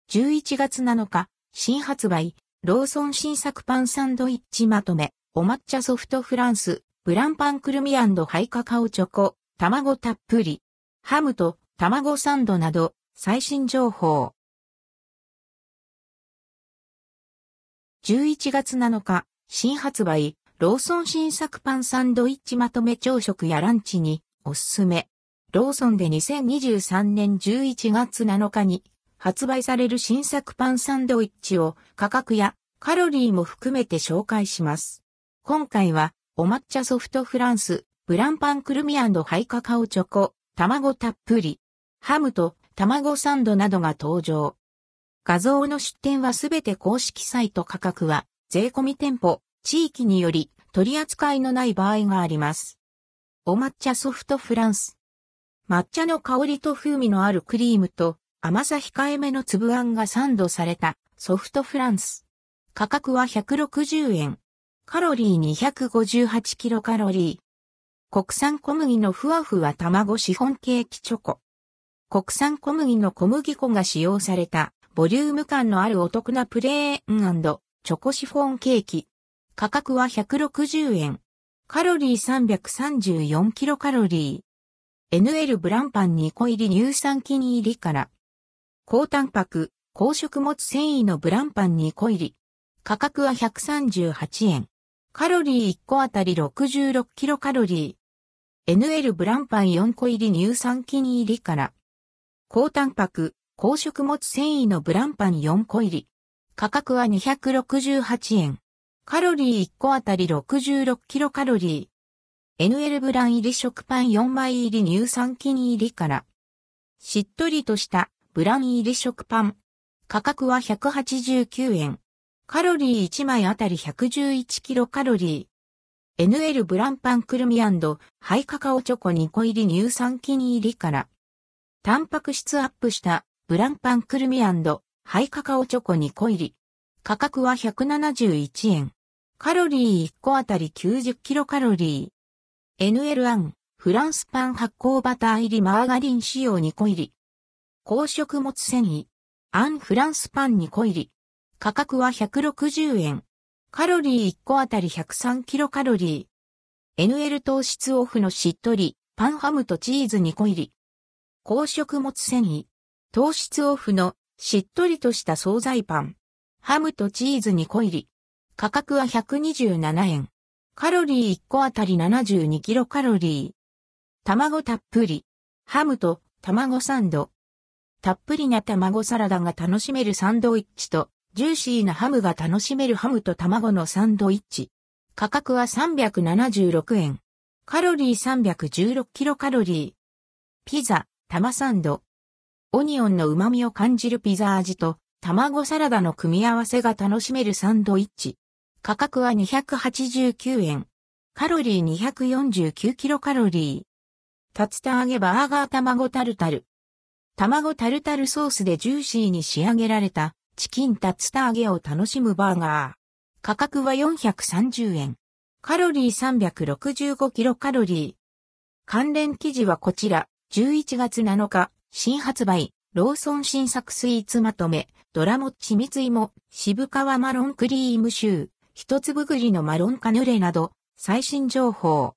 11月7日、新発売、ローソン新作パンサンドイッチまとめ、お抹茶ソフトフランス、ブランパンくるみ&ハイカカオチョコ、卵たっぷり、ハムと卵サンドなど、最新情報。11月7日、新発売、ローソン新作パンサンドイッチまとめ朝食やランチにおすすめ。ローソンで2023年11月7日に発売される新作パンサンドイッチを価格やカロリーも含めて紹介します。今回はお抹茶ソフトフランス、ブランパンくるみ&ハイカカオチョコ、卵たっぷり、ハムと卵サンドなどが登場。画像の出店はすべて公式サイト価格は税込み店舗、地域により取り扱いのない場合があります。お抹茶ソフトフランス。抹茶の香りと風味のあるクリームと甘さ控えめの粒あんがサンドされたソフトフランス。価格は160円。カロリー258キロカロリー。国産小麦のふわふわ卵シフォンケーキチョコ。国産小麦の小麦粉が使用されたボリューム感のあるお得なプレーン&チョコシフォンケーキ。価格は160円。カロリー334キロカロリー。NL ブランパン2個入り乳酸菌入りから。高タンパク、高食物繊維のブランパン2個入り。価格は138円。カロリー1個あたり66キロカロリー。NL ブランパン4個入り乳酸菌入りから。高タンパク、高食物繊維のブランパン4個入り。価格は268円。カロリー1個あたり66キロカロリー。NL ブラン入り食パン4枚入り乳酸菌入りから。しっとりとしたブラン入り食パン。価格は189円。カロリー1枚あたり111キロカロリー。NL ブランパンくるみ&ハイカカオチョコ2個入り乳酸菌入りから。タンパク質アップしたブランパンくるみ&ハイカカオチョコ2個入り。価格は171円。カロリー1個あたり90キロカロリー。NL アン、フランスパン発酵バター入りマーガリン使用2個入り。高食物繊維。アンフランスパン2個入り。価格は160円。カロリー1個あたり103キロカロリー。NL 糖質オフのしっとり、パンハムとチーズ2個入り。高食物繊維。糖質オフのしっとりとした惣菜パン。ハムとチーズ2個入り。価格は127円。カロリー1個あたり72キロカロリー。卵たっぷり。ハムと卵サンド。たっぷりな卵サラダが楽しめるサンドイッチと、ジューシーなハムが楽しめるハムと卵のサンドイッチ。価格は376円。カロリー316キロカロリー。ピザ、玉サンド。オニオンの旨味を感じるピザ味と、卵サラダの組み合わせが楽しめるサンドイッチ。価格は289円。カロリー249キロカロリー。竜田揚げバーガー卵タルタル。卵タルタルソースでジューシーに仕上げられたチキン竜田揚げを楽しむバーガー。価格は430円。カロリー365キロカロリー。関連記事はこちら。11月7日、新発売、ローソン新作スイーツまとめ、ドラモッチ蜜芋、渋皮マロンクリームシュー、一粒栗のマロンカヌレなど、最新情報。